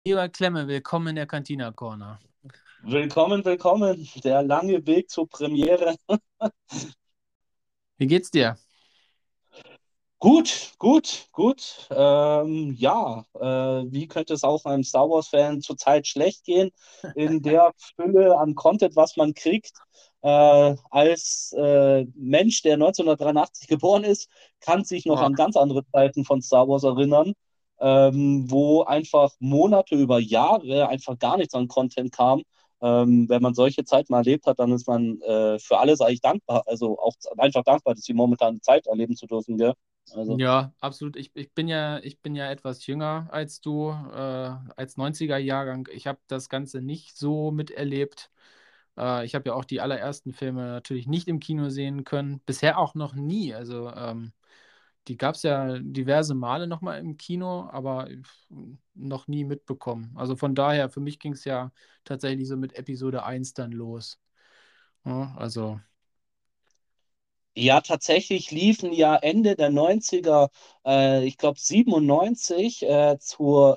Lieber Klemme, willkommen in der Cantina Corner. Willkommen, willkommen. Der lange Weg zur Premiere. Wie geht's dir? Gut, gut, gut. Ja, wie könnte es auch einem Star Wars-Fan zurzeit schlecht gehen in der Fülle an Content, was man kriegt? Als Mensch, der 1983 geboren ist, kann sich noch Oh, an ganz andere Zeiten von Star Wars erinnern, wo einfach Monate über Jahre einfach gar nichts an Content kam. Wenn man solche Zeiten mal erlebt hat, dann ist man für alles eigentlich dankbar. Also auch einfach dankbar, dass wir momentan die Zeit erleben zu dürfen, gell? Also, ja, absolut. Ich bin ja etwas jünger als du, als 90er-Jahrgang. Ich habe das Ganze nicht so miterlebt. Ich habe ja auch die allerersten Filme natürlich nicht im Kino sehen können. Bisher auch noch nie. Also, die gab es ja diverse Male nochmal im Kino, aber noch nie mitbekommen. Also von daher, für mich ging es ja tatsächlich so mit Episode eins dann los. Ja, also. ja, tatsächlich liefen ja Ende der 90er, ich glaube 97, zur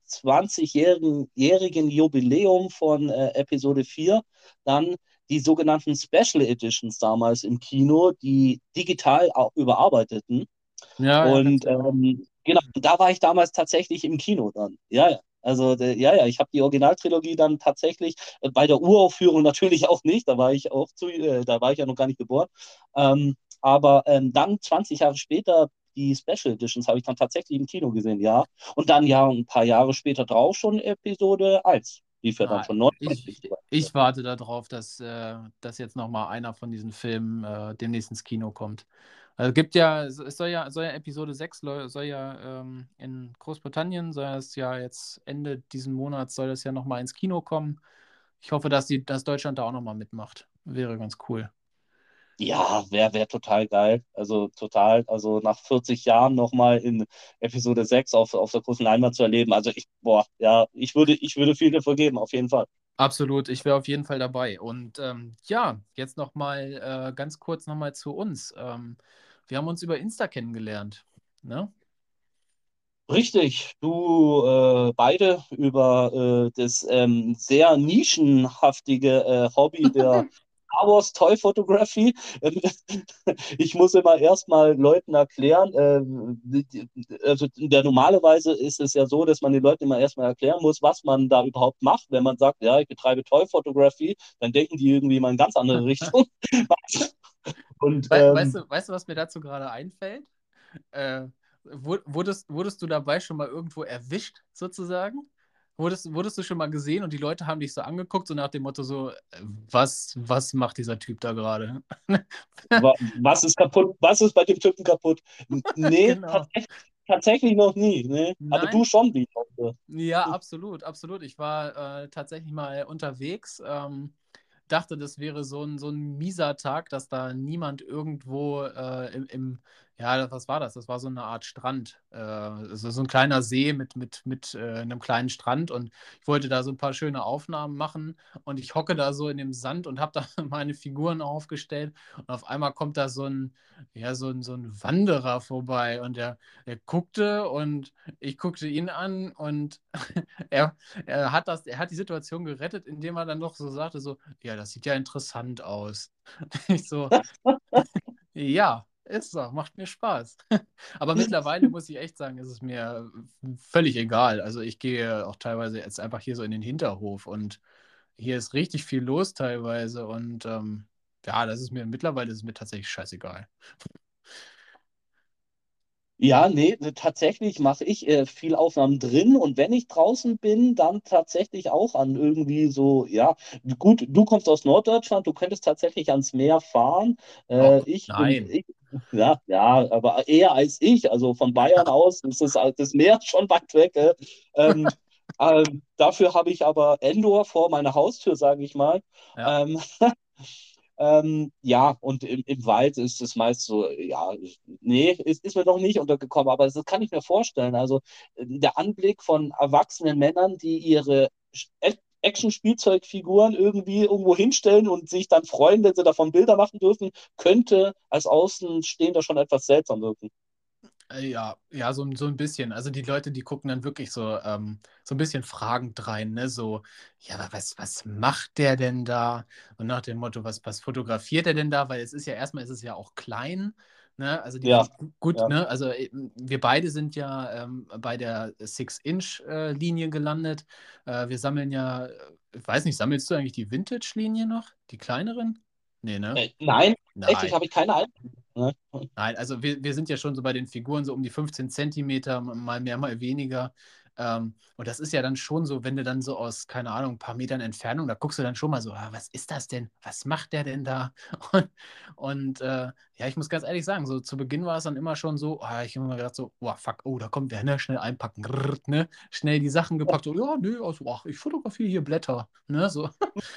20-jährigen Jubiläum von Episode 4, dann die sogenannten Special Editions damals im Kino, die digital auch überarbeiteten. Ja, ja, ganz Und genau. genau, da war ich damals tatsächlich im Kino dann. Ja, ja. Also, ja, ja, ich habe die Originaltrilogie dann tatsächlich bei der Uraufführung natürlich auch nicht, da war ich ja noch gar nicht geboren. Aber dann 20 Jahre später, die Special Editions habe ich dann tatsächlich im Kino gesehen, ja. Und dann ja ein paar Jahre später drauf schon Episode 1. Lief ja dann Ah, schon 99 ich, sogar. ich warte darauf, dass jetzt nochmal einer von diesen Filmen demnächst ins Kino kommt. Also gibt ja, es soll ja Episode 6 soll ja in Großbritannien, soll es ja jetzt Ende diesen Monats soll das ja nochmal ins Kino kommen. Ich hoffe, dass Deutschland da auch nochmal mitmacht. Wäre ganz cool. Ja, wär total geil. Also total, also nach 40 Jahren nochmal in Episode 6 auf der großen Leinwand zu erleben. Also boah, ja, ich würde viel dafür geben, auf jeden Fall. Absolut, ich wäre auf jeden Fall dabei. Und ja, jetzt nochmal ganz kurz nochmal zu uns. Wir haben uns über Insta kennengelernt. Ne? Richtig, du beide über das sehr nischenhaftige Hobby der Star Wars Toy Photography. Ähm, Ich muss immer erstmal Leuten erklären, also normalerweise ist es ja so, dass man den Leuten immer erstmal erklären muss, was man da überhaupt macht. Wenn man sagt, ja, ich betreibe Toy Photography, dann denken die irgendwie mal in ganz andere Richtung. Und Weißt du, was mir dazu gerade einfällt? Äh, wurdest du dabei schon mal irgendwo erwischt, sozusagen? Wurdest du schon mal gesehen und die Leute haben dich so angeguckt, so nach dem Motto so, was macht dieser Typ da gerade? was ist kaputt? Was ist bei dem Typen kaputt? Nee, Genau. tatsächlich noch nie. Nee. Aber du Nein? schon, wie ich hoffe. Ja, absolut, absolut. Ich war tatsächlich mal unterwegs, dachte, das wäre so ein mieser Tag, dass da niemand irgendwo ja, was war das? Das war so eine Art Strand, so ein kleiner See mit einem kleinen Strand und ich wollte da so ein paar schöne Aufnahmen machen und ich hocke da so in dem Sand und habe da meine Figuren aufgestellt und auf einmal kommt da ja, so ein Wanderer vorbei und der guckte und ich guckte ihn an und er, er hat die Situation gerettet, indem er dann noch so sagte, so, ja, das sieht ja interessant aus. Ich so, ja, ist so, macht mir Spaß. Aber mittlerweile muss ich echt sagen, ist es mir völlig egal. Also ich gehe auch teilweise jetzt einfach hier so in den Hinterhof und hier ist richtig viel los teilweise und ja, mittlerweile ist es mir tatsächlich scheißegal. Ja, nee, tatsächlich mache ich viel Aufnahmen drin und wenn ich draußen bin, dann tatsächlich auch an irgendwie so, ja, gut, du kommst aus Norddeutschland, du könntest tatsächlich ans Meer fahren. Och, nein. Ich, ja, ja, aber eher als ich, also von Bayern aus ist das Meer schon weit weg. Ähm, dafür habe ich aber Endor vor meiner Haustür, sage ich mal. Ja. Ähm, ja, und im Wald ist es meist so, ja, nee, ist mir noch nicht untergekommen, aber das kann ich mir vorstellen. Also der Anblick von erwachsenen Männern, die ihre Action-Spielzeugfiguren irgendwie irgendwo hinstellen und sich dann freuen, wenn sie davon Bilder machen dürfen, könnte als Außenstehender schon etwas seltsam wirken. Ja, so ein bisschen. Also die Leute, die gucken dann wirklich so ein bisschen fragend rein, ne? So, ja, aber was macht der denn da? Und nach dem Motto, was fotografiert er denn da? Weil es ist ja erstmal ist es ja auch klein, ne? Also die Ja, gut, ja. ne? Also wir beide sind ja bei der Six-Inch-Linie gelandet. Wir sammeln ja, ich weiß nicht, sammelst du eigentlich die Vintage-Linie noch? Die kleineren? Nee, ne? Nein, tatsächlich Nein. habe ich keine Ahnung. Ne? Nein, also wir sind ja schon so bei den Figuren so um die 15 Zentimeter, mal mehr, mal weniger. Und das ist ja dann schon so, wenn du dann so aus, keine Ahnung, ein paar Metern Entfernung, da guckst du dann schon mal so, was ist das denn? Was macht der denn da? Und ja, ich muss ganz ehrlich sagen, so zu Beginn war es dann immer schon so, ich habe immer gedacht so, oh fuck, oh, da kommt wer, ne? Schnell einpacken, grrrt, ne? Schnell die Sachen gepackt, so, ja, nö, also, ach, ich fotografiere hier Blätter, ne? So.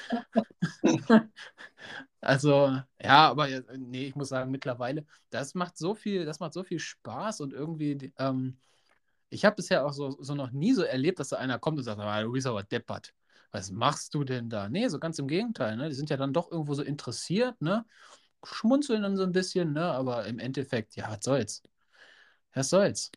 Also, ja, aber nee, ich muss sagen, mittlerweile, das macht so viel Spaß und irgendwie, ich habe bisher auch so noch nie so erlebt, dass da einer kommt und sagt, du bist aber deppert. Was machst du denn da? Nee, so ganz im Gegenteil, ne? Die sind ja dann doch irgendwo so interessiert, ne? Schmunzeln dann so ein bisschen, ne? Aber im Endeffekt, ja, was soll's? Was soll's?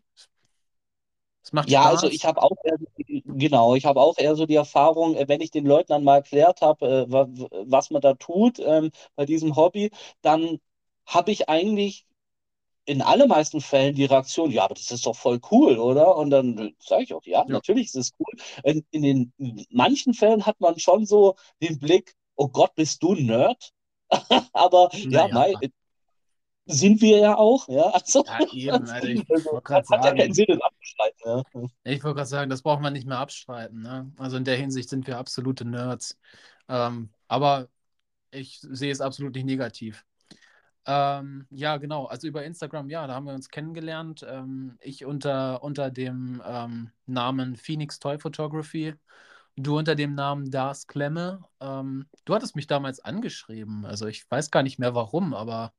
Es macht Ja, also Spaß. ich habe auch genau, ich habe auch eher so die Erfahrung, wenn ich den Leuten dann mal erklärt habe, was man da tut bei diesem Hobby, dann habe ich eigentlich in allermeisten Fällen die Reaktion, ja, aber das ist doch voll cool, oder? Und dann sage ich auch, ja, Ja, natürlich ist es cool. In den manchen Fällen hat man schon so den Blick, oh Gott, bist du ein Nerd? Aber ja, naja. Mai, sind wir ja auch, ja. Also, Ja, eben, Alter, ich also wollte gerade hat ja keinen sagen, Sinn, das abzustreiten, ja. ich wollte gerade sagen, das braucht man nicht mehr abstreiten. Ne? Also in der Hinsicht sind wir absolute Nerds. Aber ich sehe es absolut nicht negativ. Ja, genau. Also über Instagram, ja, da haben wir uns kennengelernt. Ich unter dem Namen Phoenix Toy Photography. Du unter dem Namen Lars Klemme. Du hattest mich damals angeschrieben. Also ich weiß gar nicht mehr warum, aber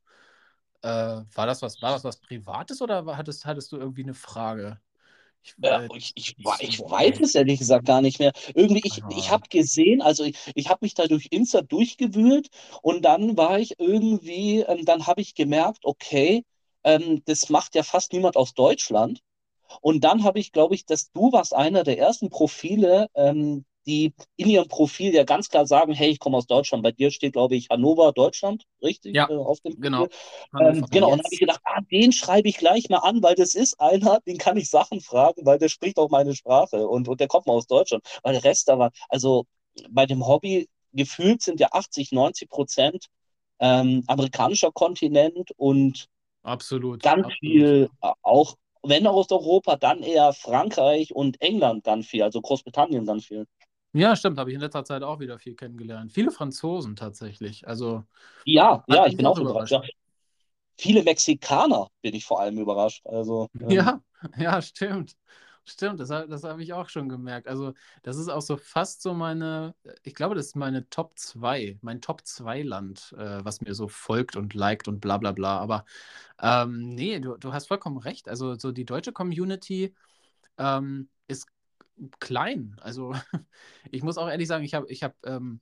war das was Privates oder hattest du irgendwie eine Frage? Ich, Ich weiß boah, es ehrlich gesagt gar nicht mehr. Irgendwie, keine ich Ahnung. habe gesehen, also ich habe mich da durch Insta durchgewühlt und dann war ich irgendwie, dann habe ich gemerkt, okay, das macht ja fast niemand aus Deutschland. Und dann habe ich, glaube ich, dass du warst einer der ersten Profile, die in ihrem Profil ja ganz klar sagen, hey, ich komme aus Deutschland. Bei dir steht, glaube ich, Hannover, Deutschland, richtig, Ja, auf dem Profil. genau. Hannover, Genau, und dann habe ich yes. gedacht, den schreibe ich gleich mal an, weil das ist einer, den kann ich Sachen fragen, weil der spricht auch meine Sprache und der kommt mal aus Deutschland. Weil der Rest da war, also bei dem Hobby gefühlt sind ja 80, 90% amerikanischer Kontinent und Absolut, ganz absolut. viel auch, wenn aus Europa, dann eher Frankreich und England ganz viel, also Großbritannien ganz viel. Ja, stimmt, habe ich in letzter Zeit auch wieder viel kennengelernt. Viele Franzosen tatsächlich. Also Ja, ja, hat ich mich bin auch auch überrascht. überrascht. Ja. Viele Mexikaner bin ich vor allem überrascht. Also, Ja, ja, stimmt. Stimmt, das hab ich auch schon gemerkt. Also, das ist auch so fast so ich glaube, das ist meine Top 2, mein Top 2 Land, was mir so folgt und liked und bla bla bla. Aber nee, du hast vollkommen recht. Also, so die deutsche Community ist klein. Also, ich muss auch ehrlich sagen, ich hab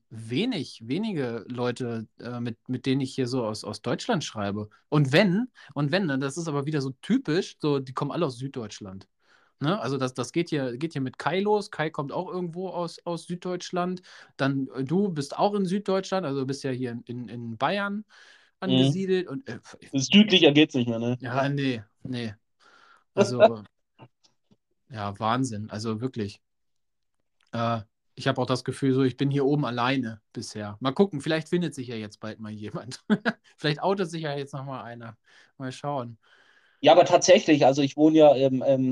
wenige Leute, mit denen ich hier so aus Deutschland schreibe. Und wenn, ne, das ist aber wieder so typisch, so, die kommen alle aus Süddeutschland. Ne? Also das geht hier mit Kai los. Kai kommt auch irgendwo aus Süddeutschland. Dann du bist auch in Süddeutschland, also du bist ja hier in Bayern mh, angesiedelt. Und südlicher geht's nicht mehr, ne? ja, nee, nee. Also, ja, Wahnsinn. Also wirklich. Äh, Ich habe auch das Gefühl, so, ich bin hier oben alleine bisher. Mal gucken, vielleicht findet sich ja jetzt bald mal jemand. Vielleicht outet sich ja jetzt noch mal einer. Mal schauen. Ja, aber tatsächlich, also ich wohne ja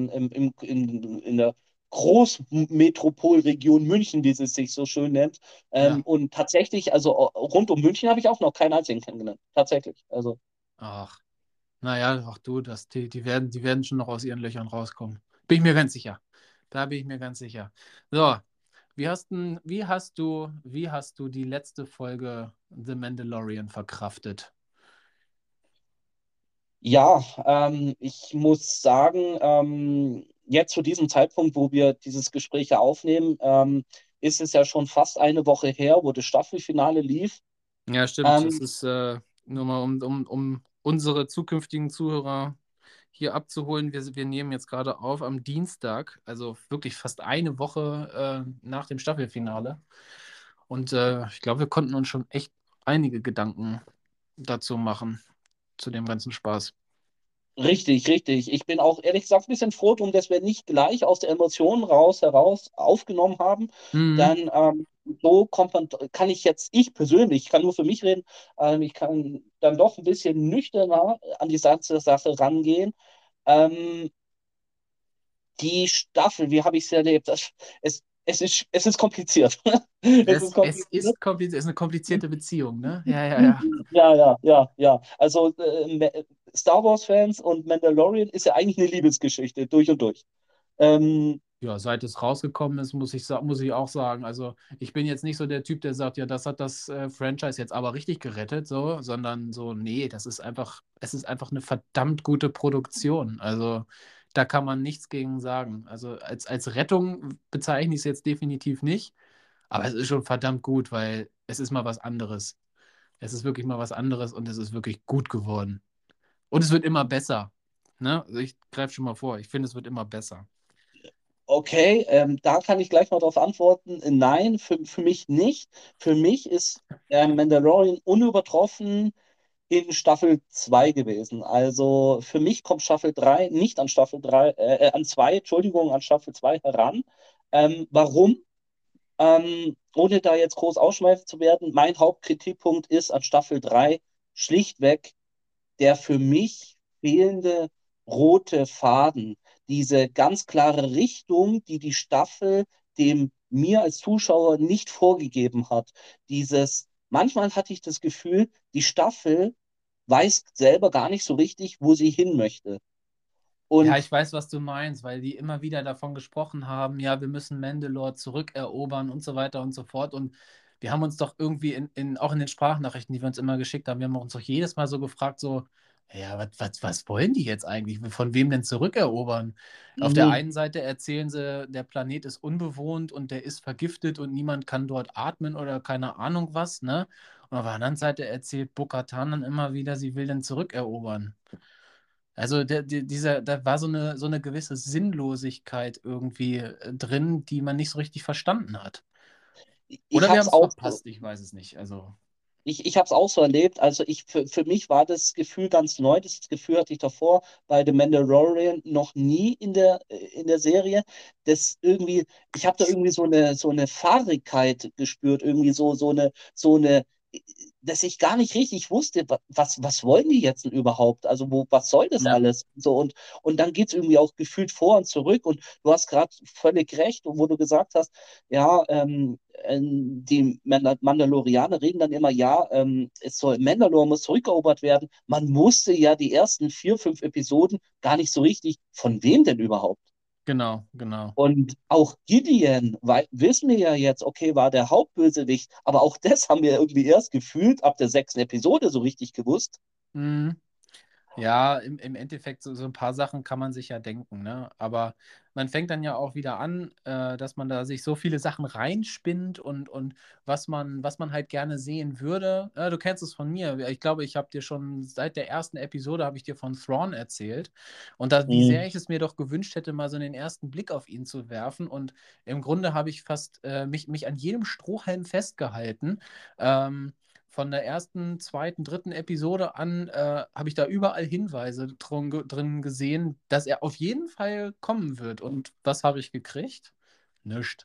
in der Großmetropolregion München, wie es sich so schön nennt. Ja, Und tatsächlich, also rund um München habe ich auch noch keinen einzigen kennengelernt. Tatsächlich. Also, ach, naja, ach du, die werden schon noch aus ihren Löchern rauskommen. Bin ich mir ganz sicher. Da bin ich mir ganz sicher. So, wie hast du die letzte Folge The Mandalorian verkraftet? ja, ich muss sagen, jetzt zu diesem Zeitpunkt, wo wir dieses Gespräch ja aufnehmen, ist es ja schon fast eine Woche her, wo das Staffelfinale lief. Ja, stimmt. Das Ähm, ist nur mal um unsere zukünftigen Zuhörer. hier abzuholen. Wir nehmen jetzt gerade auf am Dienstag, also wirklich fast eine Woche nach dem Staffelfinale. Und ich glaube, wir konnten uns schon echt einige Gedanken dazu machen, zu dem ganzen Spaß. Richtig, richtig. Ich bin auch ehrlich gesagt ein bisschen froh drum, dass wir nicht gleich aus der Emotion heraus aufgenommen haben. Mhm. Dann so kommt man, kann ich jetzt, ich persönlich, ich kann nur für mich reden, ich kann dann doch ein bisschen nüchterner an die ganze Sache rangehen. Ähm, die Staffel, wie habe ich es erlebt? Es ist kompliziert. Es ist Es kompliziert. ist kompliziert, es ist eine komplizierte Beziehung, ne? Ja, ja, ja. Ja, ja, ja, ja. Also Star Wars-Fans und Mandalorian ist ja eigentlich eine Liebesgeschichte, durch und durch. Ähm, Ja, seit es rausgekommen ist, muss ich auch sagen. Also, ich bin jetzt nicht so der Typ, der sagt, ja, das hat das Franchise jetzt aber richtig gerettet, so, sondern so, nee, es ist einfach eine verdammt gute Produktion. Also, da kann man nichts gegen sagen. Also, als Rettung bezeichne ich es jetzt definitiv nicht, aber es ist schon verdammt gut, weil es ist mal was anderes. Es ist wirklich mal was anderes und es ist wirklich gut geworden. Und es wird immer besser. Ne? Also ich greife schon mal vor. Ich finde, es wird immer besser. okay, da kann ich gleich mal darauf antworten. Nein, für mich nicht. Für mich ist Mandalorian unübertroffen in Staffel 2 gewesen. Also für mich kommt Staffel 3 nicht an Staffel 3, an 2, Entschuldigung, an Staffel 2 heran. Warum? Ohne da jetzt groß ausschweifen zu werden, mein Hauptkritikpunkt ist an Staffel 3 schlichtweg der für mich fehlende rote Faden, diese ganz klare Richtung, die die Staffel dem mir als Zuschauer nicht vorgegeben hat. Manchmal hatte ich das Gefühl, die Staffel weiß selber gar nicht so richtig, wo sie hin möchte. Ja, Und ich weiß, was du meinst, weil die immer wieder davon gesprochen haben, ja, wir müssen Mandalore zurückerobern und so weiter und so fort. Und wir haben uns doch irgendwie auch in den Sprachnachrichten, die wir uns immer geschickt haben, wir haben uns doch jedes Mal so gefragt, so, ja, was wollen die jetzt eigentlich? Von wem denn zurückerobern? Auf der mh, einen Seite erzählen sie, der Planet ist unbewohnt und der ist vergiftet und niemand kann dort atmen oder keine Ahnung was, ne? Und auf der anderen Seite erzählt Bo-Katan dann immer wieder, sie will den zurückerobern. Also da war so eine gewisse Sinnlosigkeit irgendwie drin, die man nicht so richtig verstanden hat. ich Oder wir habe haben es es auch so, verpasst, ich weiß es nicht. Also, ich habe es auch so erlebt. Also für mich war das Gefühl ganz neu. Das Gefühl hatte ich davor bei The Mandalorian noch nie in der Serie. Das irgendwie, ich habe da irgendwie so eine Fahrigkeit gespürt, irgendwie so eine, dass ich gar nicht richtig wusste, was wollen die jetzt denn überhaupt? Also was soll das ja, alles? Und dann geht es irgendwie auch gefühlt vor und zurück. Und du hast gerade völlig recht, wo du gesagt hast, ja, die Mandalorianer reden dann immer, ja, Mandalore muss zurückerobert werden. Man wusste ja die ersten 4, 5 Episoden gar nicht so richtig, von wem denn überhaupt. genau, genau. Und auch Gideon, wissen wir ja jetzt, okay, war der Hauptbösewicht, aber auch das haben wir irgendwie erst gefühlt ab der 6. Episode so richtig gewusst. Mhm. Ja, im Endeffekt so ein paar Sachen kann man sich ja denken, ne? Aber man fängt dann ja auch wieder an, dass man da sich so viele Sachen reinspinnt und was man halt gerne sehen würde. Du kennst es von mir. Ich glaube, ich habe dir schon seit der ersten Episode habe ich dir von Thrawn erzählt und wie sehr Mhm. ich es mir doch gewünscht hätte, mal so den ersten Blick auf ihn zu werfen. Und im Grunde habe ich fast mich an jedem Strohhalm festgehalten. Ähm, von der ersten, zweiten, dritten Episode an habe ich da überall Hinweise drin gesehen, dass er auf jeden Fall kommen wird. Und was habe ich gekriegt? Nischt.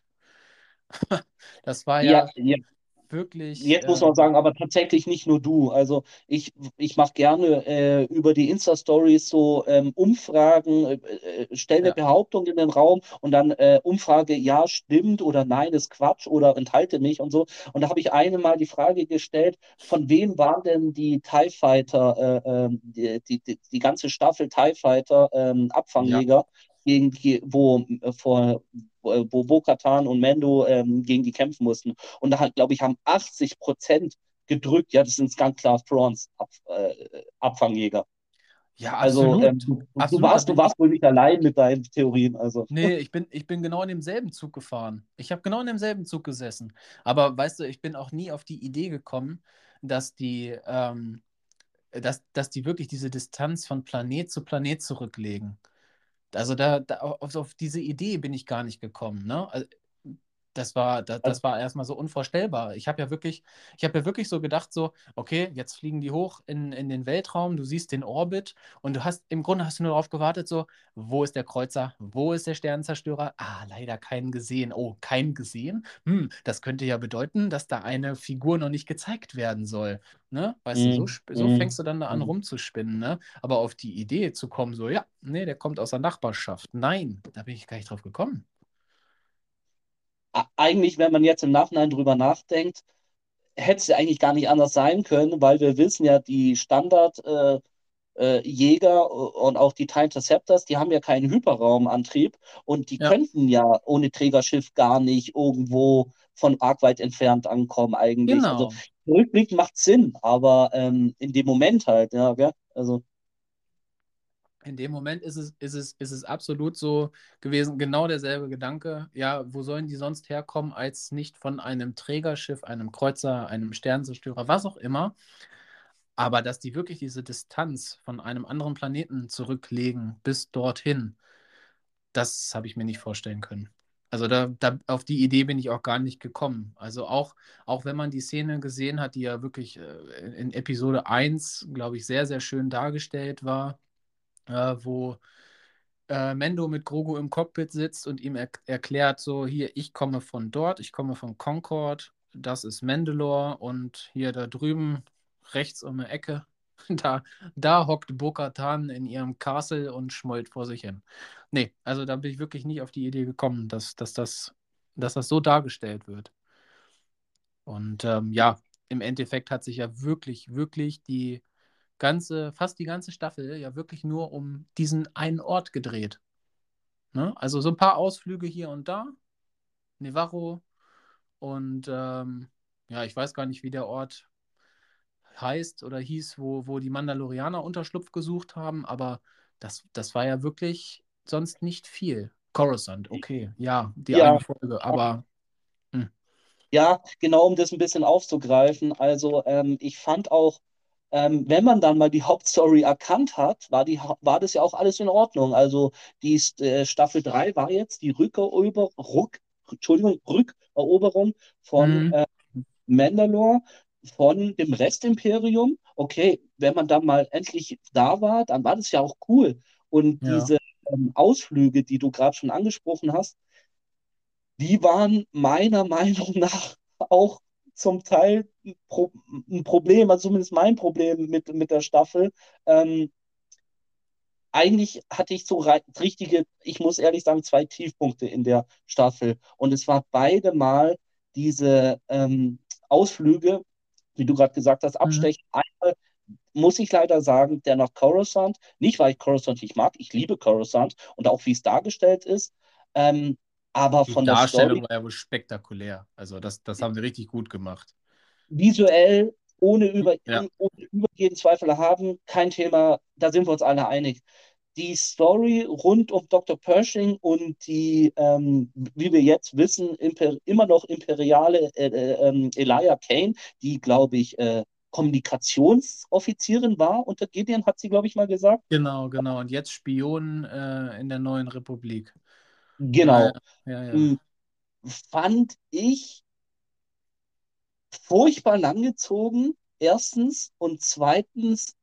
Das war Ja, ja ja, wirklich, jetzt muss man sagen, aber tatsächlich nicht nur du. Also ich mache gerne über die Insta-Stories so Umfragen, stelle eine ja, Behauptung in den Raum und dann Umfrage, ja, stimmt oder nein, ist Quatsch oder enthalte mich und so. Und da habe ich eine mal die Frage gestellt, von wem waren denn die TIE Fighter, die ganze Staffel TIE Fighter ja. Abfangjäger, wo Bo-Katan und Mando gegen die kämpfen mussten. Und da hat, glaube ich, haben 80% gedrückt, ja, das sind ganz klar Thrawns Abfangjäger. Ja, Also absolut. Absolut, da du bin ich. warst wohl nicht allein mit deinen Theorien. Also. Nee, ich bin genau in demselben Zug gefahren. Ich habe genau in demselben Zug gesessen. Aber weißt du, ich bin auch nie auf die Idee gekommen, dass dass die wirklich diese Distanz von Planet zu Planet zurücklegen. Also auf diese Idee bin ich gar nicht gekommen, ne? Das war erstmal so unvorstellbar. Ich habe ja wirklich so gedacht, so, okay, jetzt fliegen die hoch in den Weltraum, du siehst den Orbit und im Grunde hast du nur darauf gewartet, so, wo ist der Kreuzer, wo ist der Sternenzerstörer? Ah, leider keinen gesehen. Oh, keinen gesehen? Das könnte ja bedeuten, dass da eine Figur noch nicht gezeigt werden soll. Ne? Weißt du, Mhm. so Mhm. fängst du dann da an Mhm. rumzuspinnen, ne? Aber auf die Idee zu kommen, so, ja, nee, der kommt aus der Nachbarschaft. Nein, da bin ich gar nicht drauf gekommen. Eigentlich, wenn man jetzt im Nachhinein drüber nachdenkt, hätte es ja eigentlich gar nicht anders sein können, weil wir wissen ja, die Standard Jäger und auch die TIE Interceptors, die haben ja keinen Hyperraumantrieb und die Ja, könnten ja ohne Trägerschiff gar nicht irgendwo von arg weit entfernt ankommen eigentlich. Also genau. Rückblick macht Sinn, aber in dem Moment halt, ja, gell? Also In dem Moment ist es absolut so gewesen, genau derselbe Gedanke. Ja, wo sollen die sonst herkommen, als nicht von einem Trägerschiff, einem Kreuzer, einem Sternenzerstörer, was auch immer. Aber dass die wirklich diese Distanz von einem anderen Planeten zurücklegen bis dorthin, das habe ich mir nicht vorstellen können. Also auf die Idee bin ich auch gar nicht gekommen. Also auch wenn man die Szene gesehen hat, die ja wirklich in Episode 1, glaube ich, sehr, sehr schön dargestellt war, wo Mendo mit Grogu im Cockpit sitzt und ihm erklärt so, hier, ich komme von dort, ich komme von Concord, das ist Mandalore und hier da drüben, rechts um die Ecke, da, da hockt Bo-Katan in ihrem Castle und schmollt vor sich hin. Nee, also da bin ich wirklich nicht auf die Idee gekommen, dass das so dargestellt wird. Und ja, im Endeffekt hat sich ja wirklich, wirklich fast die ganze Staffel ja wirklich nur um diesen einen Ort gedreht. Ne? Also so ein paar Ausflüge hier und da, Nevarro und ja, ich weiß gar nicht, wie der Ort heißt oder hieß, wo die Mandalorianer Unterschlupf gesucht haben, aber das war ja wirklich sonst nicht viel. Coruscant, okay, ja, die ja, eine Folge, aber hm, ja, genau, um das ein bisschen aufzugreifen. Also ich fand auch, wenn man dann mal die Hauptstory erkannt hat, war das ja auch alles in Ordnung. Also die Staffel 3 war jetzt die Entschuldigung, Rückeroberung von hm, Mandalore, von dem Restimperium. Okay, wenn man dann mal endlich da war, dann war das ja auch cool. Und ja, diese Ausflüge, die du gerade schon angesprochen hast, die waren meiner Meinung nach auch zum Teil ein Problem, also zumindest mein Problem mit der Staffel. Ähm, Eigentlich hatte ich so richtige, ich muss ehrlich sagen, zwei Tiefpunkte in der Staffel. Und es war beide Mal diese Ausflüge, wie du gerade gesagt hast, hm, abstechen. Einmal muss ich leider sagen, der nach Coruscant, nicht weil ich Coruscant nicht mag, ich liebe Coruscant und auch wie es dargestellt ist, ähm, aber die von der Story Darstellung war ja wohl spektakulär. Also das haben sie richtig gut gemacht. visuell, Ja, ohne über jeden Zweifel haben, kein Thema, da sind wir uns alle einig. Die Story rund um Dr. Pershing und die, wie wir jetzt wissen, immer noch imperiale Elia Kane, die, glaube ich, Kommunikationsoffizierin war unter Gideon, hat sie, glaube ich, mal gesagt. genau, genau. Und jetzt Spion in der neuen Republik. Ja, Genau. ja, ja. Hm, Fand ich furchtbar langgezogen, erstens. Und zweitens,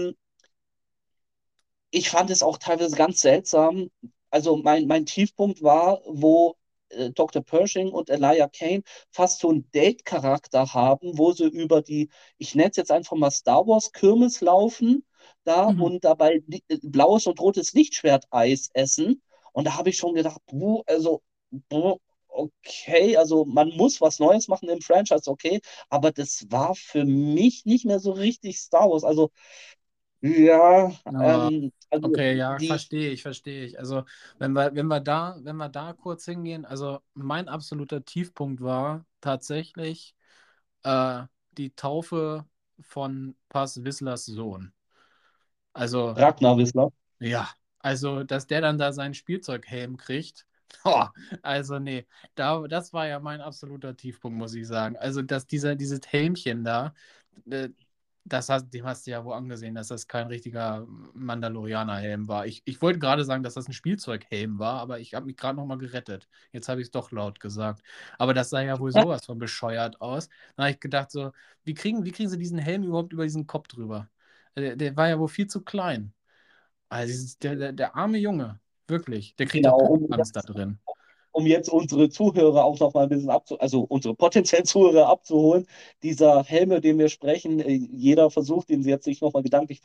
ich fand es auch teilweise ganz seltsam. Also mein Tiefpunkt war, wo Dr. Pershing und Elijah Kane fast so einen Date-Charakter haben, wo sie über die, ich nenne es jetzt einfach mal Star Wars Kirmes laufen, da Mhm. und dabei blaues und rotes Lichtschwerteis essen. Und da habe ich schon gedacht, okay, also man muss was Neues machen im Franchise, okay, aber das war für mich nicht mehr so richtig Star Wars. Also ja, Ah, also okay, ja, die verstehe ich, verstehe ich. Also, wenn wir da kurz hingehen, also mein absoluter Tiefpunkt war tatsächlich äh, die Taufe von Paz Wisslers Sohn. Also, Ragnar Wissler. ja, also, dass der dann da seinen Spielzeughelm kriegt. Oh, also, nee, das war ja mein absoluter Tiefpunkt, muss ich sagen. Also, dass dieses Helmchen da. dem hast du ja wohl angesehen, dass das kein richtiger Mandalorianer-Helm war. Ich wollte gerade sagen, dass das ein Spielzeughelm war, aber ich habe mich gerade noch mal gerettet. Jetzt habe ich es doch laut gesagt. Aber das sah ja wohl sowas von bescheuert aus. Da habe ich gedacht so, wie kriegen sie diesen Helm überhaupt über diesen Kopf drüber? Der war ja wohl viel zu klein. Also der arme Junge, wirklich, der kriegt doch Genau, Angst da drin. um jetzt unsere Zuhörer auch noch mal ein bisschen also unsere potenziellen Zuhörer abzuholen. Dieser Helme, den wir sprechen, jeder versucht, ihn jetzt sich noch mal gedanklich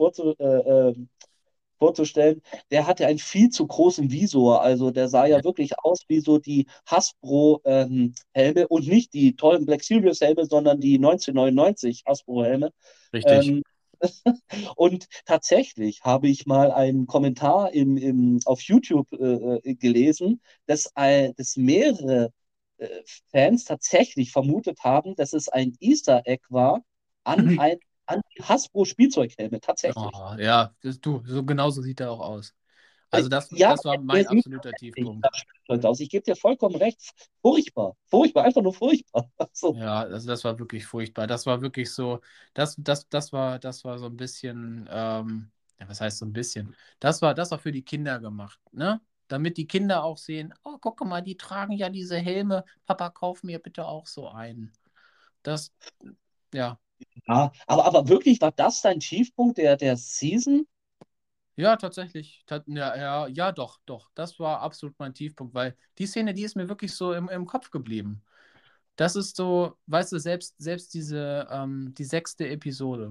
vorzustellen, der hatte einen viel zu großen Visor. Also der sah Ja, ja wirklich aus wie so die Hasbro-Helme und nicht die tollen Black Series-Helme, sondern die 1999 Hasbro-Helme. richtig. Ähm, und tatsächlich habe ich mal einen Kommentar auf YouTube gelesen, dass mehrere äh, Fans tatsächlich vermutet haben, dass es ein Easter Egg war an, ein, an die Hasbro Spielzeughelme. Tatsächlich. Ja, so genauso sieht er auch aus. Also Ja, das war er mein sieht absoluter tatsächlich Tiefpunkt. nach Spielzeug aus. Ich gebe dir vollkommen recht. Furchtbar. Furchtbar. Einfach nur furchtbar. Also, Ja, also das war wirklich furchtbar. Das war wirklich so, das war so ein bisschen, ja, was heißt so ein bisschen? Das war für die Kinder gemacht, ne? Damit die Kinder auch sehen, oh, guck mal, die tragen ja diese Helme. Papa, kauf mir bitte auch so einen. Das, ja. ja, aber wirklich, war das dein Tiefpunkt der Season? Ja, tatsächlich. Ja, ja, ja, doch, doch. Das war absolut mein Tiefpunkt, weil die Szene, die ist mir wirklich so im Kopf geblieben. Das ist so, weißt du, selbst die 6. Episode,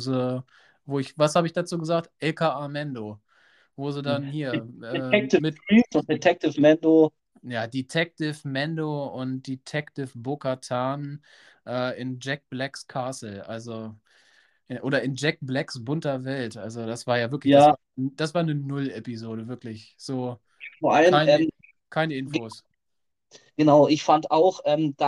was habe ich dazu gesagt? LKA Mendo, wo sie dann hier Detective mit, Priest und Detective Mando. ja, Detective Mendo und Detective Bo-Katan in Jack Blacks Castle, also, oder in Jack Blacks bunter Welt. Also, das war ja wirklich, Ja, das war eine Null-Episode, wirklich. So, vor allem, keine Infos. genau, ich fand auch,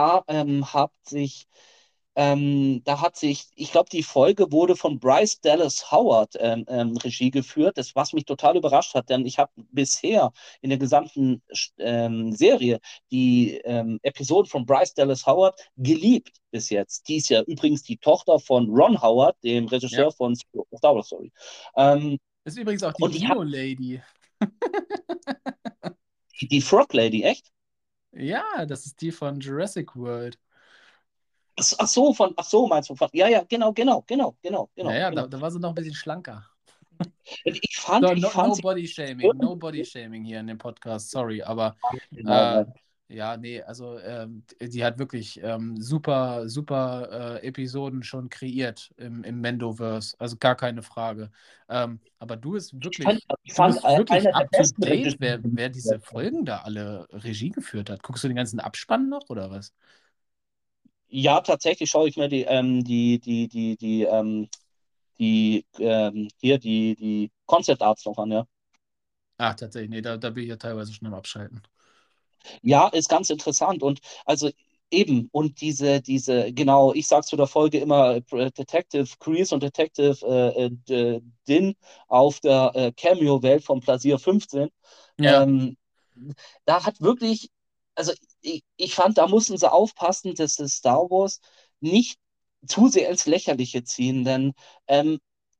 da hat sich, ich glaube, die Folge wurde von Bryce Dallas Howard Regie geführt, was mich total überrascht hat, denn ich habe bisher in der gesamten Serie die Episoden von Bryce Dallas Howard geliebt bis jetzt. Die ist ja übrigens die Tochter von Ron Howard, dem Ja. Regisseur von Star Wars Story. Ähm, Ist übrigens auch die und ich habe Dino-Lady. die Frog Lady, echt? Ja, das ist die von Jurassic World. Ach so, meinst du ja, ja, Ja, ja, genau. da war sie noch ein bisschen schlanker. Und So, ich no fand sie Body Shaming, no Body Shaming hier in dem Podcast, sorry, aber nein, äh, nein. ja, nee, also die hat wirklich super, super Episoden schon kreiert im Mendoverse, also gar keine Frage. Aber Ich du fand bist wirklich einer der up to besten date, Regisseure. wer diese Folgen da alle Regie geführt hat. Guckst du den ganzen Abspann noch oder was? Ja, tatsächlich schaue ich mir die Concept Arts noch an, ja. Ach, tatsächlich, nee, da bin ich ja teilweise schon am Abschalten. Ja, ist ganz interessant. Und also eben, und genau, ich sage zu der Folge immer Detective Crease und Detective Din auf der Cameo-Welt von Plaisir 15. Ja. Ähm, Da hat wirklich, also ich fand, da mussten sie aufpassen, dass das Star Wars nicht zu sehr ins Lächerliche ziehen, denn ähm,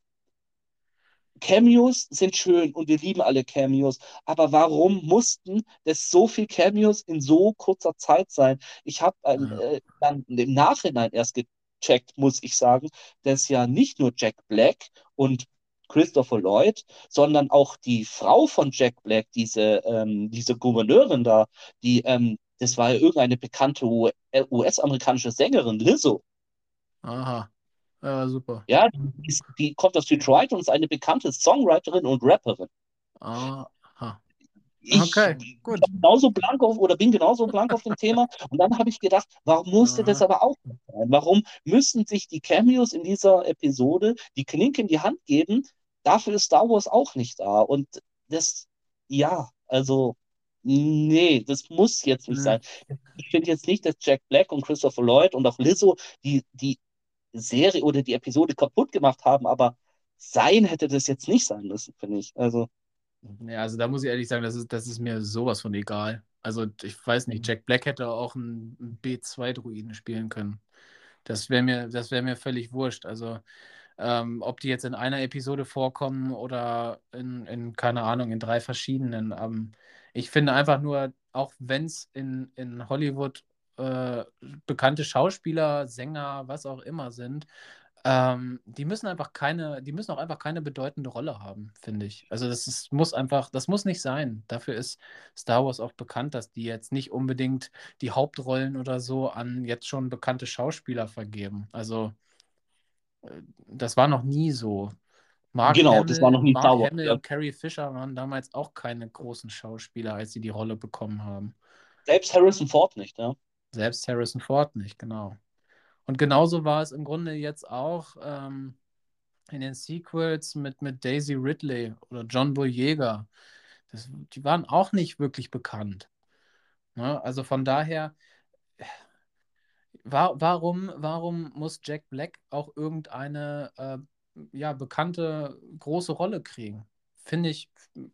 Cameos sind schön und wir lieben alle Cameos, aber warum mussten das so viel Cameos in so kurzer Zeit sein? Ich habe Ja. dann im Nachhinein erst gecheckt, muss ich sagen, dass ja nicht nur Jack Black und Christopher Lloyd, sondern auch die Frau von Jack Black, diese Gouverneurin da, das war ja irgendeine bekannte US-amerikanische Sängerin, Lizzo. Aha. Ja, super. Ja, die kommt aus Detroit und ist eine bekannte Songwriterin und Rapperin. Aha. Ich Okay, gut. bin genauso blank auf dem Thema. Und dann habe ich gedacht, warum musste das Aha. aber auch nicht sein? Warum müssen sich die Cameos in dieser Episode die Klinke in die Hand geben? Dafür ist Star Wars auch nicht da. Und das, ja, also, nee, das muss jetzt nicht Hm. sein. Ich finde jetzt nicht, dass Jack Black und Christopher Lloyd und auch Lizzo die Serie oder die Episode kaputt gemacht haben, aber sein hätte das jetzt nicht sein müssen, finde ich. Also, Ja, also da muss ich ehrlich sagen, das ist mir sowas von egal. Also ich weiß nicht, Jack Black hätte auch einen B2-Druiden spielen können. Das wäre mir völlig wurscht. Also Ob die jetzt in einer Episode vorkommen oder keine Ahnung, in 3 verschiedenen. Ich finde einfach nur, auch wenn es in Hollywood äh, bekannte Schauspieler, Sänger, was auch immer sind, die müssen auch einfach keine bedeutende Rolle haben, finde ich. Also das muss nicht sein. Dafür ist Star Wars auch bekannt, dass die jetzt nicht unbedingt die Hauptrollen oder so an jetzt schon bekannte Schauspieler vergeben. Also das war noch nie so. Genau, das war noch nie Star Mark Wars. Hamill Ja. und Carrie Fisher waren damals auch keine großen Schauspieler, als sie die Rolle bekommen haben. Selbst Harrison Ford nicht, ja. Selbst Harrison Ford nicht, genau. Und genauso war es im Grunde jetzt auch in den Sequels mit Daisy Ridley oder John Boyega. Die waren auch nicht wirklich bekannt. Ne? Also von daher, warum muss Jack Black auch irgendeine ja, bekannte große Rolle kriegen? Finde ich,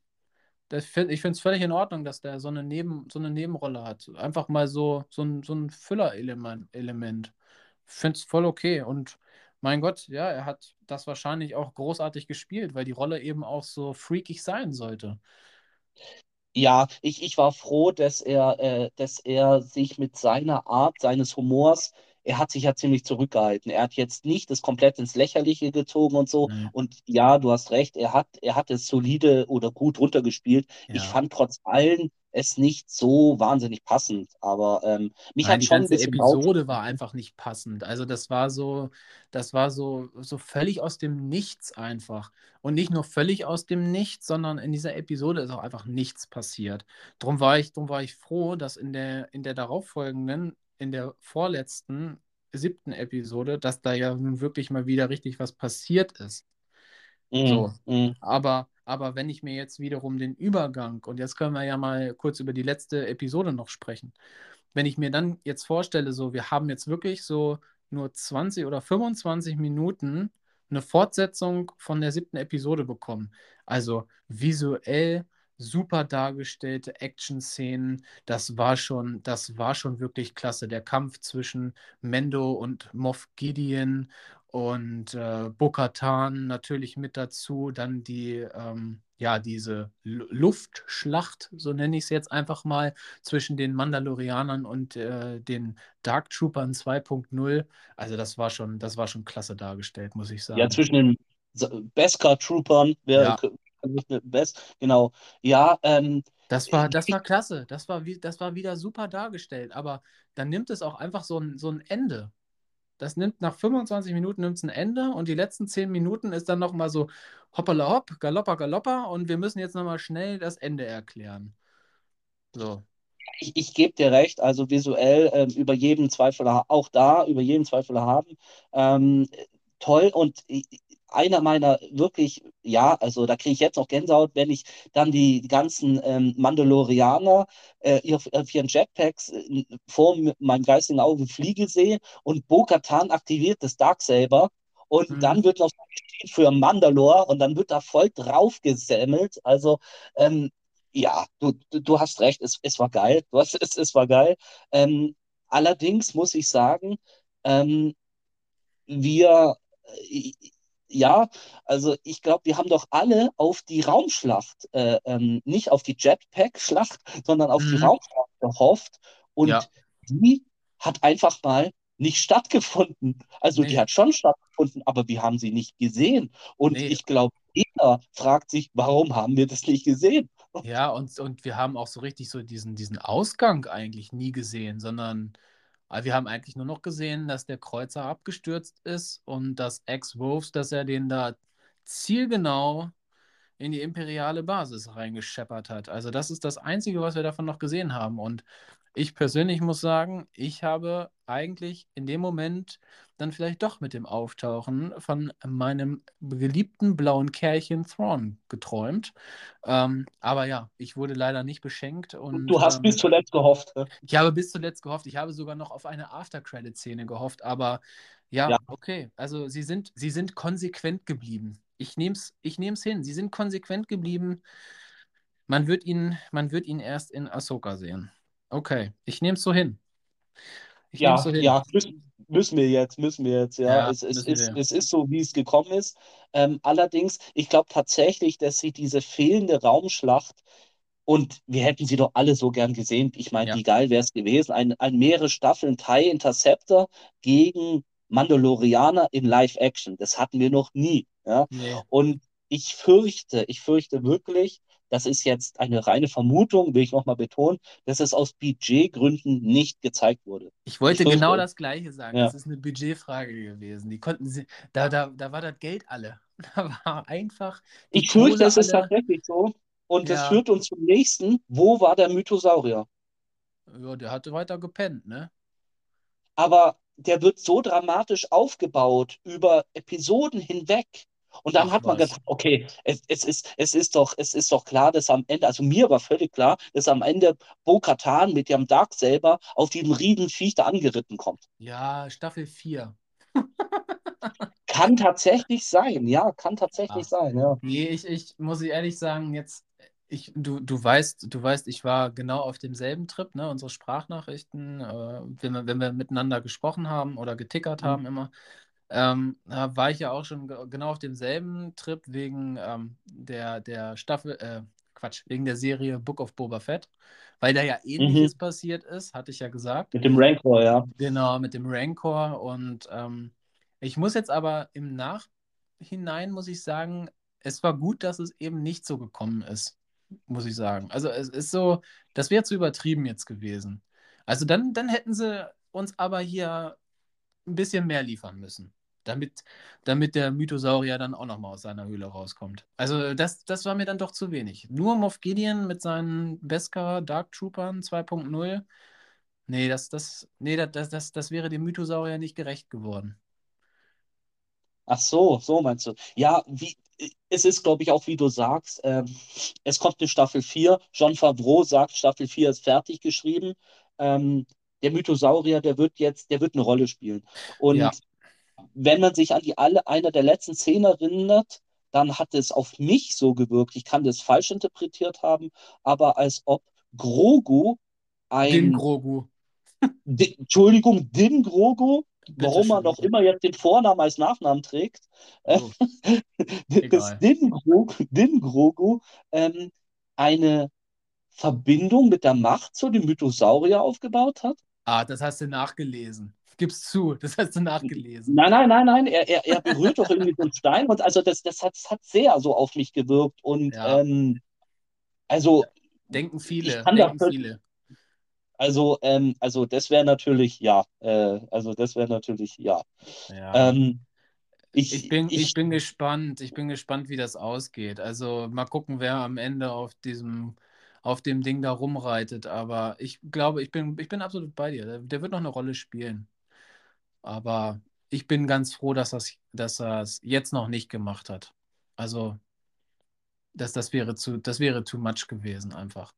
ich finde es völlig in Ordnung, dass der so eine Nebenrolle hat. Einfach mal so ein Füller-Element. Finde es voll okay. Und mein Gott, ja, er hat das wahrscheinlich auch großartig gespielt, weil die Rolle eben auch so freakig sein sollte. Ja, ich war froh, dass er sich mit seiner Art, seines Humors, er hat sich ja ziemlich zurückgehalten. Er hat jetzt nicht das komplett ins Lächerliche gezogen und so. Nee. Und ja, du hast recht, er hat es solide oder gut runtergespielt. Ich Ja. fand trotz allem es nicht so wahnsinnig passend. Aber mich Nein, hat die schon ein ganze bisschen raus. Episode war einfach nicht passend. Also das war so völlig aus dem Nichts einfach. Und nicht nur völlig aus dem Nichts, sondern in dieser Episode ist auch einfach nichts passiert. Drum war ich froh, dass in der darauffolgenden, in der vorletzten, 7. Episode, dass da ja nun wirklich mal wieder richtig was passiert ist. Mm, So. mm. Aber wenn ich mir jetzt wiederum den Übergang, und jetzt können wir ja mal kurz über die letzte Episode noch sprechen, wenn ich mir dann jetzt vorstelle, so, wir haben jetzt wirklich so nur 20 oder 25 Minuten eine Fortsetzung von der 7. Episode bekommen. Also visuell super dargestellte Action-Szenen, das war schon wirklich klasse. Der Kampf zwischen Mendo und Moff Gideon und Bo-Katan natürlich mit dazu, dann ja, diese Luftschlacht, so nenne ich es jetzt einfach mal, zwischen den Mandalorianern und den Dark Troopern 2.0. Also das war schon klasse dargestellt, muss ich Ja, sagen. zwischen den Beskar-Troopern, Ja, genau. Ja, das war klasse. Das war wieder super dargestellt. Aber dann nimmt es auch einfach so ein Ende. Das nimmt nach 25 Minuten nimmt es ein Ende und die letzten 10 Minuten ist dann nochmal so hoppala hopp, galoppa galoppa und wir müssen jetzt nochmal schnell das Ende erklären. So. ich gebe dir recht, also visuell über jeden Zweifel, auch da über jeden Zweifel haben. Ähm, toll und einer meiner wirklich, ja, also da kriege ich jetzt noch Gänsehaut, wenn ich dann die ganzen Mandalorianer auf ihren Jetpacks vor meinem geistigen Auge fliegen sehe und Bo-Katan aktiviert das Darksaber und Mhm. dann wird noch steht für Mandalore und dann wird da voll drauf gesammelt. Also ja, du hast recht, es war geil. Es war geil. Ähm, allerdings muss ich sagen, ähm, wir, äh, ja, also ich glaube, wir haben doch alle auf die Raumschlacht, nicht auf die Jetpack-Schlacht, sondern auf die Mhm. Raumschlacht gehofft. Ja, Und die hat einfach mal nicht stattgefunden. Also die nee, hat schon stattgefunden, aber wir haben sie nicht gesehen. Und nee. ich glaube, jeder fragt sich, warum haben wir das nicht gesehen? Ja, und wir haben auch so richtig so diesen Ausgang eigentlich nie gesehen, sondern wir haben eigentlich nur noch gesehen, dass der Kreuzer abgestürzt ist und dass Ex-Wolves, dass er den da zielgenau in die imperiale Basis reingescheppert hat. Also das ist das Einzige, was wir davon noch gesehen haben. Und ich persönlich muss sagen, ich habe eigentlich in dem Moment dann vielleicht doch mit dem Auftauchen von meinem geliebten blauen Kerlchen Thrawn geträumt. Aber ja, ich wurde leider nicht beschenkt und Du hast bis zuletzt gehofft. Ne? ich habe bis zuletzt gehofft, ich habe sogar noch auf eine After-Credit-Szene gehofft, aber Ja, ja, okay. Also sie sind konsequent geblieben. Ich nehm's hin. Sie sind konsequent geblieben. Man wird ihn erst in Ahsoka sehen. Okay, ich nehme es so hin. Ich nehme es ja, so hin. ja. müssen wir jetzt, ja. Ja, Es müssen ist, wir. es ist so, wie es gekommen ist. Allerdings, ich glaube tatsächlich, dass sie diese fehlende Raumschlacht, und wir hätten sie doch alle so gern gesehen. Ich meine, Ja, wie geil wäre es gewesen? Mehrere Staffeln TIE Interceptor gegen Mandalorianer in Live-Action. Das hatten wir noch nie. Ja? nee. Und ich fürchte wirklich, das ist jetzt eine reine Vermutung, will ich nochmal betonen, dass es aus Budgetgründen nicht gezeigt wurde. Ich Ich wollte fürchte genau es. das Gleiche sagen. Das Ja. ist eine Budgetfrage gewesen. Die konnten sie, da war das Geld alle. Da war einfach die Ich fürchte, Kohle es ist alle. tatsächlich so. Und das Ja, führt uns zum nächsten. Wo war der Mythosaurier? ja, der hatte weiter gepennt, ne? Aber der wird so dramatisch aufgebaut über Episoden hinweg. Und dann Ich hat man weiß. gedacht, okay, es ist doch klar, dass am Ende, also mir war völlig klar, dass am Ende Bo-Katan mit dem Dark selber auf diesem riesen Viech da angeritten kommt. Ja, Staffel 4. Kann tatsächlich sein, ja, kann tatsächlich Ah. sein, ja. Nee, ich muss ehrlich sagen, jetzt, du weißt, ich war genau auf demselben Trip, ne? Unsere Sprachnachrichten, wenn wir miteinander gesprochen haben oder getickert haben immer, da war ich ja auch schon genau auf demselben Trip wegen der Staffel, Quatsch, wegen der Serie Book of Boba Fett, weil da ja Mhm. Ähnliches passiert ist, hatte ich ja gesagt. Mit dem Rancor, ja. Genau, mit dem Rancor. Und ich muss jetzt aber im Nachhinein, muss ich sagen, es war gut, dass es eben nicht so gekommen ist, muss ich sagen. Also es ist so, das wäre zu übertrieben jetzt gewesen. Also dann hätten sie uns aber hier ein bisschen mehr liefern müssen, damit der Mythosaurier dann auch nochmal aus seiner Höhle rauskommt. Also das war mir dann doch zu wenig. Nur Moff Gideon mit seinen Beskar Dark Troopern 2.0. Nee, das wäre dem Mythosaurier nicht gerecht geworden. Ach so, so meinst du. Ja, es ist, glaube ich, auch wie du sagst, es kommt eine Staffel 4. Jon Favreau sagt, Staffel 4 ist fertig geschrieben. Ähm, der Mythosaurier, der wird eine Rolle spielen. Ja, Und wenn man sich an einer der letzten Szenen erinnert, dann hat es auf mich so gewirkt. Ich kann das falsch interpretiert haben, aber als ob Grogu Din ein Grogu. Entschuldigung, Din Grogu, warum er Bitteschön. noch immer jetzt den Vornamen als Nachnamen trägt, Jo, dass egal. Din Grogu ähm, eine Verbindung mit der Macht zu dem Mythosaurier aufgebaut hat? Ah, das hast du nachgelesen. Gib's zu, das hast du nachgelesen. Nein, nein, nein, nein, er berührt doch irgendwie so einen Stein, und also das hat sehr so auf mich gewirkt, und Ja, also denken ich viele, kann da denken viele. also das wäre natürlich ja, also das wäre natürlich ja. Ja. Ähm, Ich ich, bin, ich ich, bin gespannt. Ich bin gespannt, wie das ausgeht. Also mal gucken, wer am Ende auf dem Ding da rumreitet. Aber ich glaube, ich bin absolut bei dir. Der wird noch eine Rolle spielen. Aber ich bin ganz froh, dass er es jetzt noch nicht gemacht hat. Also, das wäre too much gewesen einfach.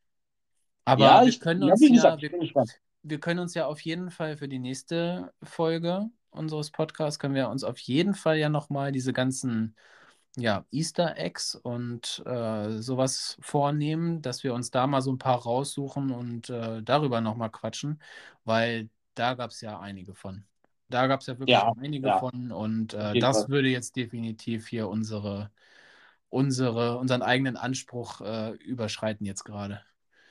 Aber ja, wir können ja, uns wie gesagt, ja, ich wir, bin gespannt. wir können uns ja auf jeden Fall für die nächste Folge unseres Podcasts, können wir uns auf jeden Fall ja nochmal diese ganzen, ja, Easter Eggs und sowas vornehmen, dass wir uns da mal so ein paar raussuchen und darüber nochmal quatschen, weil da gab es ja einige von. Da gab es ja wirklich Ja, einige ja, von, und auf jeden das Fall. würde jetzt definitiv hier unseren eigenen Anspruch überschreiten jetzt gerade.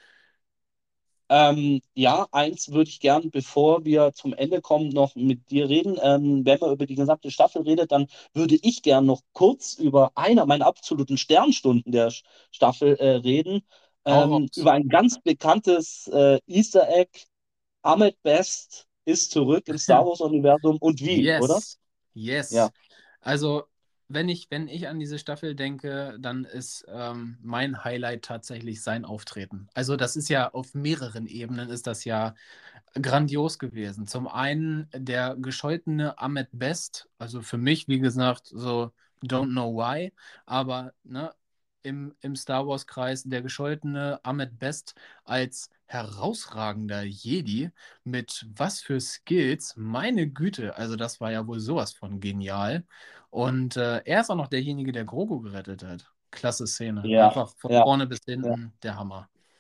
Ja, eins würde ich gern, bevor wir zum Ende kommen, noch mit dir reden. Wenn man über die gesamte Staffel redet, dann würde ich gern noch kurz über einer meiner absoluten Sternstunden der Staffel reden. Hau raus. Über ein ganz bekanntes Easter Egg. Ahmed Best ist zurück im Star Wars-Universum, und wie, oder? Yes, Ja. yes. Also, wenn ich an diese Staffel denke, dann ist mein Highlight tatsächlich sein Auftreten. Also, das ist ja auf mehreren Ebenen ist das ja grandios gewesen. Zum einen der gescholtene Ahmed Best, also für mich, wie gesagt, so don't know why, aber ne, im Star Wars-Kreis der gescholtene Ahmed Best als herausragender Jedi mit was für Skills, meine Güte, also das war ja wohl sowas von genial. Und er ist auch noch derjenige, der Grogu gerettet hat. Klasse Szene. Ja, Einfach von ja, vorne bis ja. hinten der Hammer.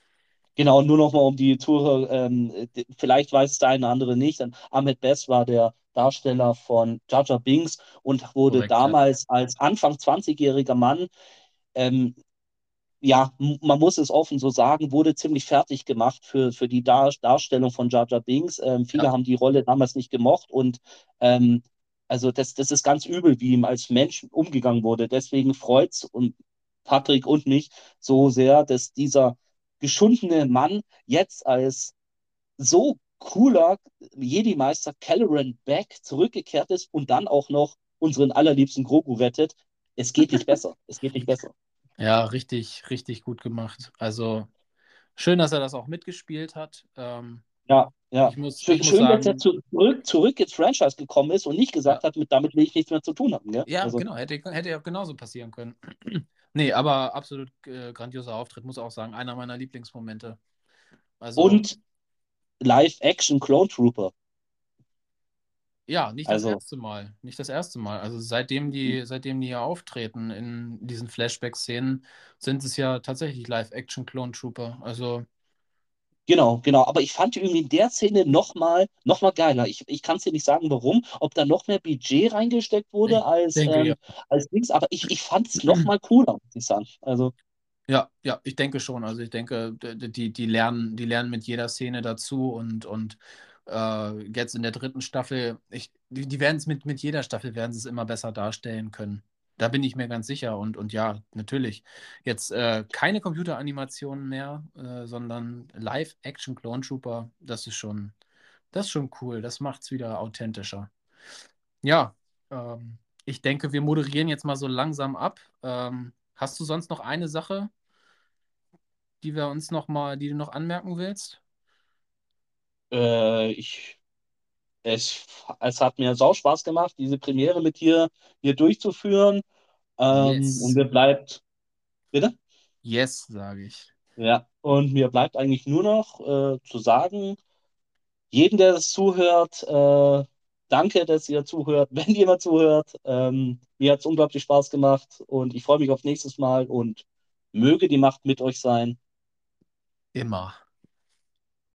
Genau, nur nochmal um die Zuhörer, vielleicht weiß es der eine oder andere nicht, dann Ahmed Best war der Darsteller von Jar Jar Binks und wurde Korrekt, ja. damals als Anfang 20-jähriger Mann, ähm, ja, man muss es offen so sagen, wurde ziemlich fertig gemacht für die Darstellung von Jar Jar Binks. Viele Ja. haben die Rolle damals nicht gemocht und ähm, also das ist ganz übel, wie ihm als Mensch umgegangen wurde. Deswegen freut's und Patrick und mich so sehr, dass dieser geschundene Mann jetzt als so cooler Jedi-Meister Caloran Beck zurückgekehrt ist und dann auch noch unseren allerliebsten Grogu rettet. Es geht nicht besser. Es geht nicht besser. Ja, richtig, richtig gut gemacht. Also schön, dass er das auch mitgespielt hat. Ja, ja. Ich muss Schön, dass er sagen, zurück ins Franchise gekommen ist und nicht ja, gesagt hat, damit will ich nichts mehr zu tun haben. Gell? ja, Also, genau, hätte ja genauso passieren können. Nee, aber absolut grandioser Auftritt, muss auch sagen, einer meiner Lieblingsmomente. Also, und Live-Action Clone Trooper. ja, nicht das Also, erste Mal. Nicht das erste Mal. Also seitdem die hier auftreten in diesen Flashback-Szenen, sind es ja tatsächlich Live-Action-Clone Trooper. Also, genau, genau. Aber ich fand irgendwie in der Szene noch mal geiler. Ich kann es dir nicht sagen, warum, ob da noch mehr Budget reingesteckt wurde ich denke ja. als Dings, aber ich fand es noch mal cooler, muss ich sagen. Also, Ja, ja, ich denke schon. Also ich denke, die lernen mit jeder Szene dazu und jetzt in der dritten Staffel, die werden es mit jeder Staffel werden sie es immer besser darstellen können. Da bin ich mir ganz sicher. Und ja, natürlich. Jetzt keine Computeranimationen mehr, sondern Live-Action Clone Trooper, das ist schon cool. Das macht es wieder authentischer. Ja, ich denke, wir moderieren jetzt mal so langsam ab. Hast du sonst noch eine Sache, die du noch anmerken willst? äh, ich, es hat mir sau Spaß gemacht, diese Premiere mit dir hier durchzuführen. Und Yes. mir bleibt, bitte? Yes, sage ich. Ja, und mir bleibt eigentlich nur noch zu sagen, jeden, der das zuhört, danke, dass ihr zuhört, wenn jemand zuhört. Mir hat es unglaublich Spaß gemacht und ich freue mich auf nächstes Mal und möge die Macht mit euch sein. Immer.